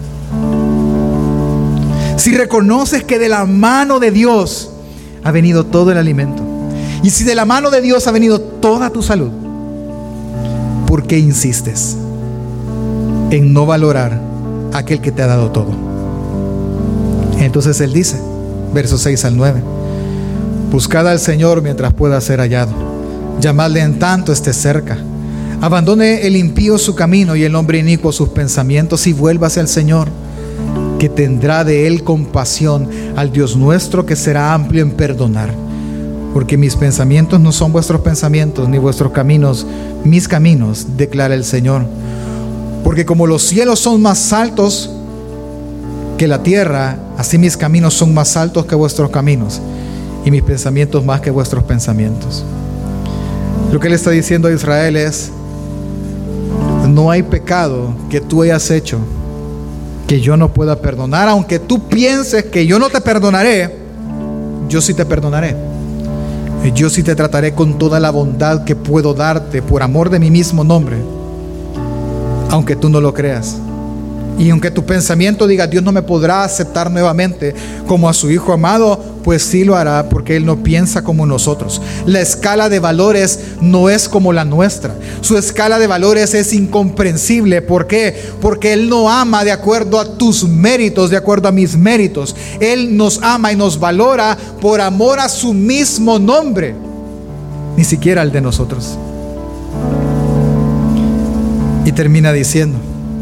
Si reconoces que de la mano de Dios ha venido todo el alimento, y si de la mano de Dios ha venido toda tu salud, ¿por qué insistes en no valorar a aquel que te ha dado todo? Entonces él dice, versos 6 al 9: buscad al Señor mientras pueda ser hallado, llamadle en tanto esté cerca. Abandone el impío su camino y el hombre inicuo sus pensamientos, y vuélvase al Señor, que tendrá de él compasión, al Dios nuestro, que será amplio en perdonar. Porque mis pensamientos no son vuestros pensamientos, ni vuestros caminos mis caminos, declara el Señor. Porque como los cielos son más altos que la tierra, así mis caminos son más altos que vuestros caminos, y mis pensamientos más que vuestros pensamientos. Lo que él está diciendo a Israel es: no hay pecado que tú hayas hecho que yo no pueda perdonar. Aunque tú pienses que yo no te perdonaré, yo sí te perdonaré. Yo sí te trataré con toda la bondad que puedo darte por amor de mi mismo nombre, aunque tú no lo creas. Y aunque tu pensamiento diga: Dios no me podrá aceptar nuevamente como a su Hijo amado, pues sí lo hará, porque Él no piensa como nosotros. La escala de valores no es como la nuestra. Su escala de valores es incomprensible. ¿Por qué? Porque Él no ama de acuerdo a tus méritos, de acuerdo a mis méritos. Él nos ama y nos valora por amor a su mismo nombre, ni siquiera al de nosotros. Y termina diciendo: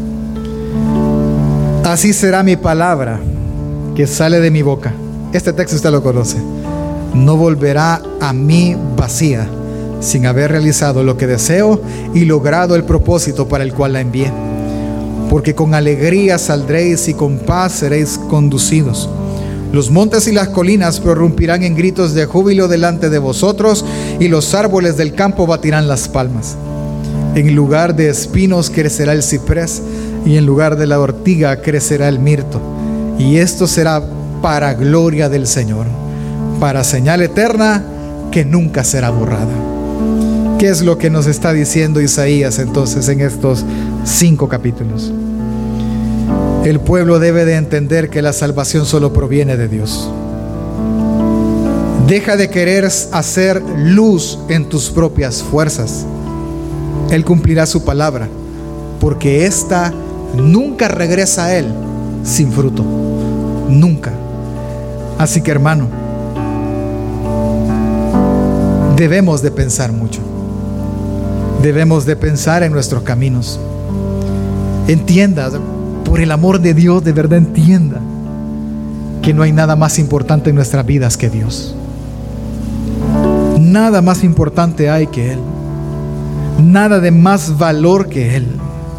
así será mi palabra que sale de mi boca. Este texto usted lo conoce. No volverá a mí vacía, sin haber realizado lo que deseo y logrado el propósito para el cual la envié. Porque con alegría saldréis y con paz seréis conducidos. Los montes y las colinas prorrumpirán en gritos de júbilo delante de vosotros, y los árboles del campo batirán las palmas. En lugar de espinos crecerá el ciprés, y en lugar de la ortiga crecerá el mirto. Y esto será para gloria del Señor, para señal eterna que nunca será borrada. ¿Qué es lo que nos está diciendo Isaías entonces en estos 5 capítulos? El pueblo debe de entender que la salvación solo proviene de Dios. Deja de querer hacer luz en tus propias fuerzas. Él cumplirá su palabra, porque ésta nunca regresa a Él sin fruto. Nunca. Así que, hermano, debemos de pensar mucho. Debemos de pensar en nuestros caminos. Entienda, por el amor de Dios, de verdad entienda que no hay nada más importante en nuestras vidas que Dios. Nada más importante hay que Él. Nada de más valor que Él.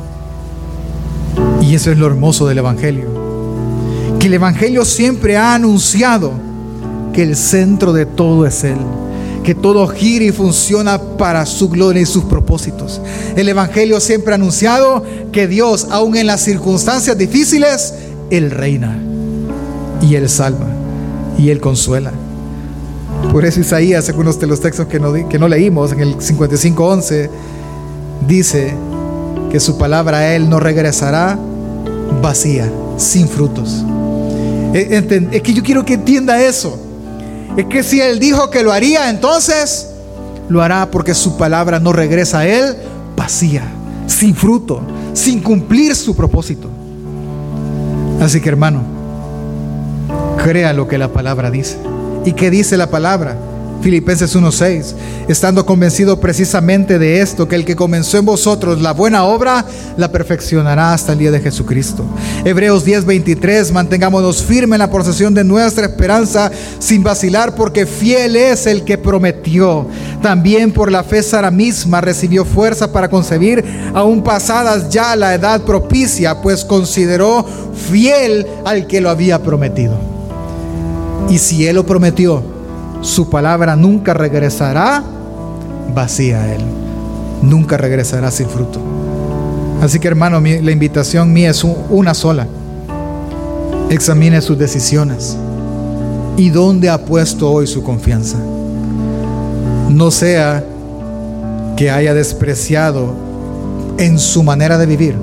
Y eso es lo hermoso del Evangelio, que el Evangelio siempre ha anunciado que el centro de todo es Él, que todo gira y funciona para su gloria y sus propósitos. El Evangelio siempre ha anunciado que Dios, aun en las circunstancias difíciles, Él reina y Él salva y Él consuela. Por eso Isaías, algunos de los textos que no leímos, en el 55:11, dice que su palabra a Él no regresará vacía, sin frutos. Es que yo quiero que entienda eso. Es que si Él dijo que lo haría, entonces lo hará, porque su palabra no regresa a Él vacía, sin fruto, sin cumplir su propósito. Así que, hermano, crea lo que la palabra dice. ¿Y qué dice la palabra? Filipenses 1:6, estando convencido precisamente de esto, que el que comenzó en vosotros la buena obra, la perfeccionará hasta el día de Jesucristo. Hebreos 10:23, mantengámonos firmes en la posesión de nuestra esperanza sin vacilar, porque fiel es el que prometió. También por la fe Sara misma recibió fuerza para concebir, aún pasadas ya la edad propicia, pues consideró fiel al que lo había prometido. Y si Él lo prometió, su palabra nunca regresará vacía a Él, nunca regresará sin fruto. Así que, hermano, la invitación mía es una sola: examine sus decisiones y dónde ha puesto hoy su confianza. No sea que haya despreciado en su manera de vivir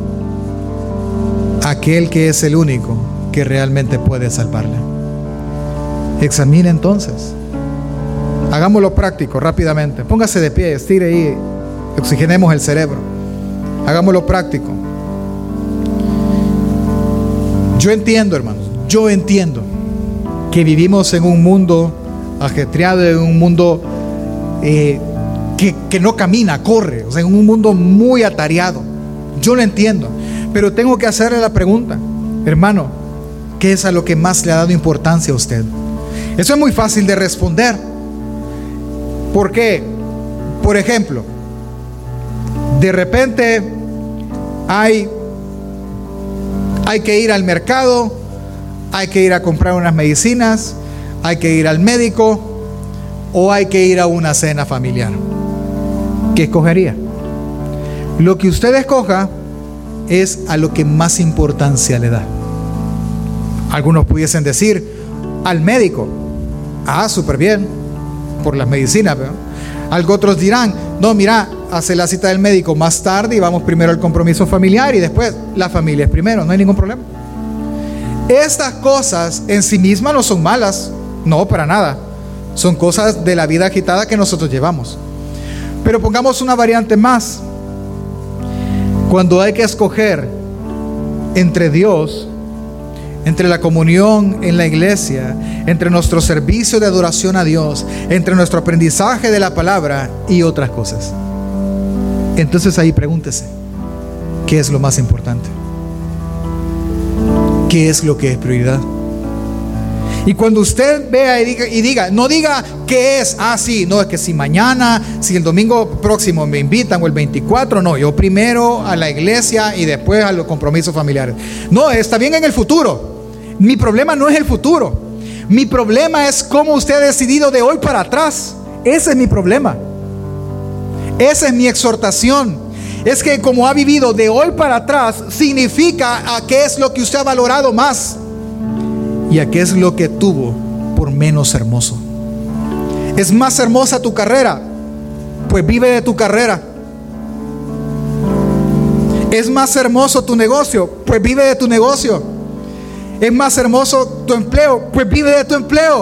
aquel que es el único que realmente puede salvarle. Examine entonces. Hagámoslo práctico rápidamente. Póngase de pie, estire y oxigenemos el cerebro. Hagámoslo práctico. Yo entiendo, hermanos, yo entiendo que vivimos en un mundo ajetreado, en un mundo que no camina, corre, o sea, en un mundo muy atareado. Yo lo entiendo, pero tengo que hacerle la pregunta, hermano, ¿qué es a lo que más le ha dado importancia a usted? Eso es muy fácil de responder. ¿Por qué? Por ejemplo, de repente hay que ir al mercado, hay que ir a comprar unas medicinas, hay que ir al médico o hay que ir a una cena familiar. ¿Qué escogería? Lo que usted escoja es a lo que más importancia le da. Algunos pudiesen decir al médico. Súper bien, por las medicinas, ¿verdad? Algo otros dirán, no, mira, hace la cita del médico más tarde y vamos primero al compromiso familiar y después la familia es primero, no hay ningún problema. Estas cosas en sí mismas no son malas, no, para nada. Son cosas de la vida agitada que nosotros llevamos. Pero pongamos una variante más. Cuando hay que escoger entre Dios, entre la comunión en la iglesia, entre nuestro servicio de adoración a Dios, entre nuestro aprendizaje de la palabra y otras cosas, entonces ahí pregúntese, ¿qué es lo más importante? ¿Qué es lo que es prioridad? Y cuando usted vea y diga, no diga qué es, sí, no, es que si mañana, si el domingo próximo me invitan o el 24, no, yo primero a la iglesia y después a los compromisos familiares. No, está bien en el futuro. Mi problema no es el futuro. Mi problema es cómo usted ha decidido de hoy para atrás. Ese es mi problema. Esa es mi exhortación. Es que como ha vivido de hoy para atrás, significa a qué es lo que usted ha valorado más y a qué es lo que tuvo por menos hermoso. ¿Es más hermosa tu carrera? Pues vive de tu carrera. ¿Es más hermoso tu negocio? Pues vive de tu negocio. ¿Es más hermoso tu empleo? Pues vive de tu empleo.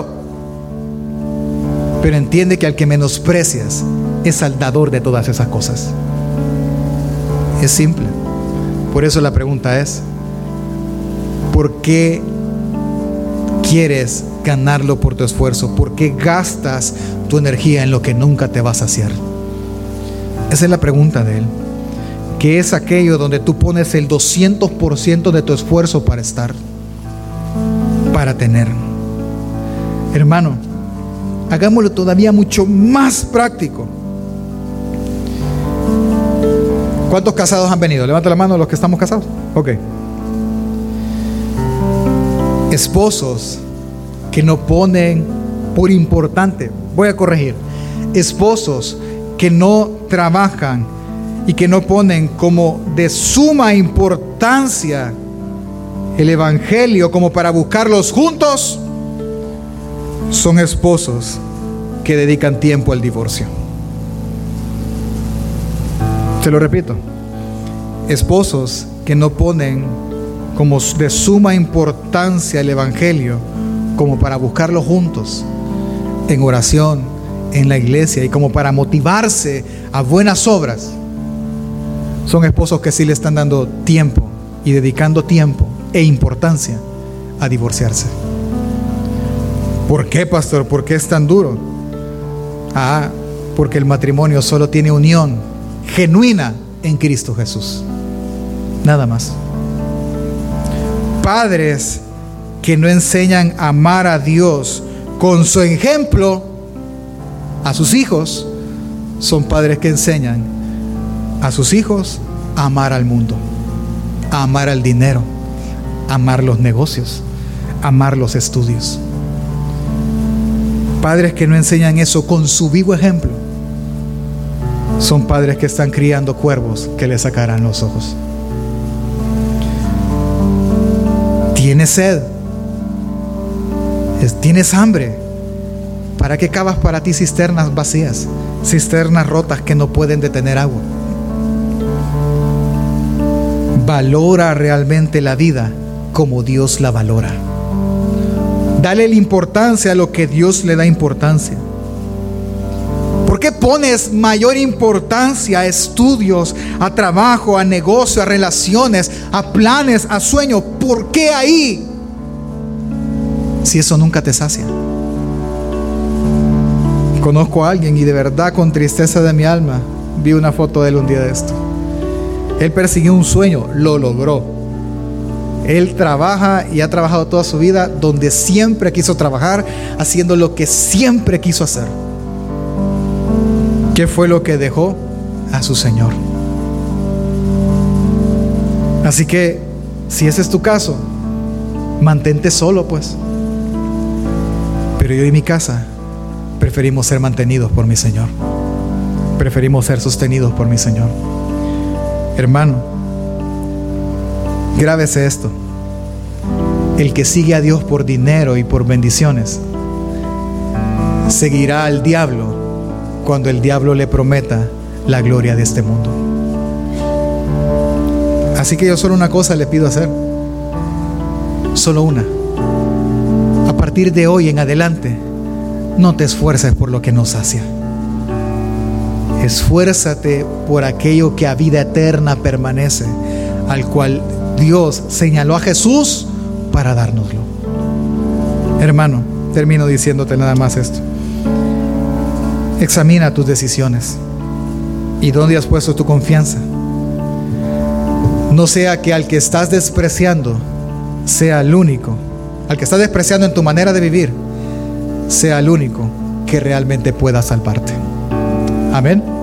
Pero entiende que al que menosprecias es al dador de todas esas cosas. Es simple. Por eso la pregunta es, ¿por qué quieres ganarlo por tu esfuerzo? ¿Por qué gastas tu energía en lo que nunca te va a saciar? Esa es la pregunta de él. ¿Qué es aquello donde tú pones el 200% de tu esfuerzo para estar, para tener? Hermano, hagámoslo todavía mucho más práctico. ¿Cuántos casados han venido? Levanta la mano los que estamos casados. Ok. Esposos que no ponen por importante, voy a corregir, esposos que no trabajan y que no ponen como de suma importancia el evangelio como para buscarlos juntos, son esposos que dedican tiempo al divorcio. Se lo repito, esposos que no ponen como de suma importancia el evangelio como para buscarlo juntos en oración, en la iglesia y como para motivarse a buenas obras, son esposos que sí le están dando tiempo y dedicando tiempo e importancia a divorciarse. ¿Por qué, pastor? ¿Por qué es tan duro? Porque el matrimonio solo tiene unión genuina en Cristo Jesús. Nada más. Padres que no enseñan a amar a Dios con su ejemplo a sus hijos, son padres que enseñan a sus hijos a amar al mundo, a amar al dinero, a amar los negocios, a amar los estudios. Padres que no enseñan eso con su vivo ejemplo, son padres que están criando cuervos que le sacarán los ojos. ¿Tienes sed? ¿Tienes hambre? ¿Para qué cavas para ti cisternas vacías? Cisternas rotas que no pueden detener agua. Valora realmente la vida como Dios la valora. Dale la importancia a lo que Dios le da importancia. ¿Por qué pones mayor importancia a estudios, a trabajo, a negocio, a relaciones, a planes, a sueños? ¿Por qué ahí? Si eso nunca te sacia. Conozco a alguien y de verdad con tristeza de mi alma vi una foto de él un día de esto. Él persiguió un sueño, lo logró. Él trabaja y ha trabajado toda su vida donde siempre quiso trabajar, haciendo lo que siempre quiso hacer. ¿Qué fue lo que dejó? A su Señor. Así que, si ese es tu caso, mantente solo pues. Pero yo y mi casa preferimos ser mantenidos por mi Señor. Preferimos ser sostenidos por mi Señor. Hermano, grábese esto. El que sigue a Dios por dinero y por bendiciones, seguirá al diablo cuando el diablo le prometa la gloria de este mundo. Así que yo solo una cosa le pido hacer. Solo una. A partir de hoy en adelante, no te esfuerces por lo que no sacia. Esfuérzate por aquello que a vida eterna permanece, al cual Dios señaló a Jesús para dárnoslo. Hermano, termino diciéndote nada más esto. Examina tus decisiones y dónde has puesto tu confianza. No sea que al que estás despreciando sea el único, al que estás despreciando en tu manera de vivir, sea el único que realmente pueda salvarte. Amén.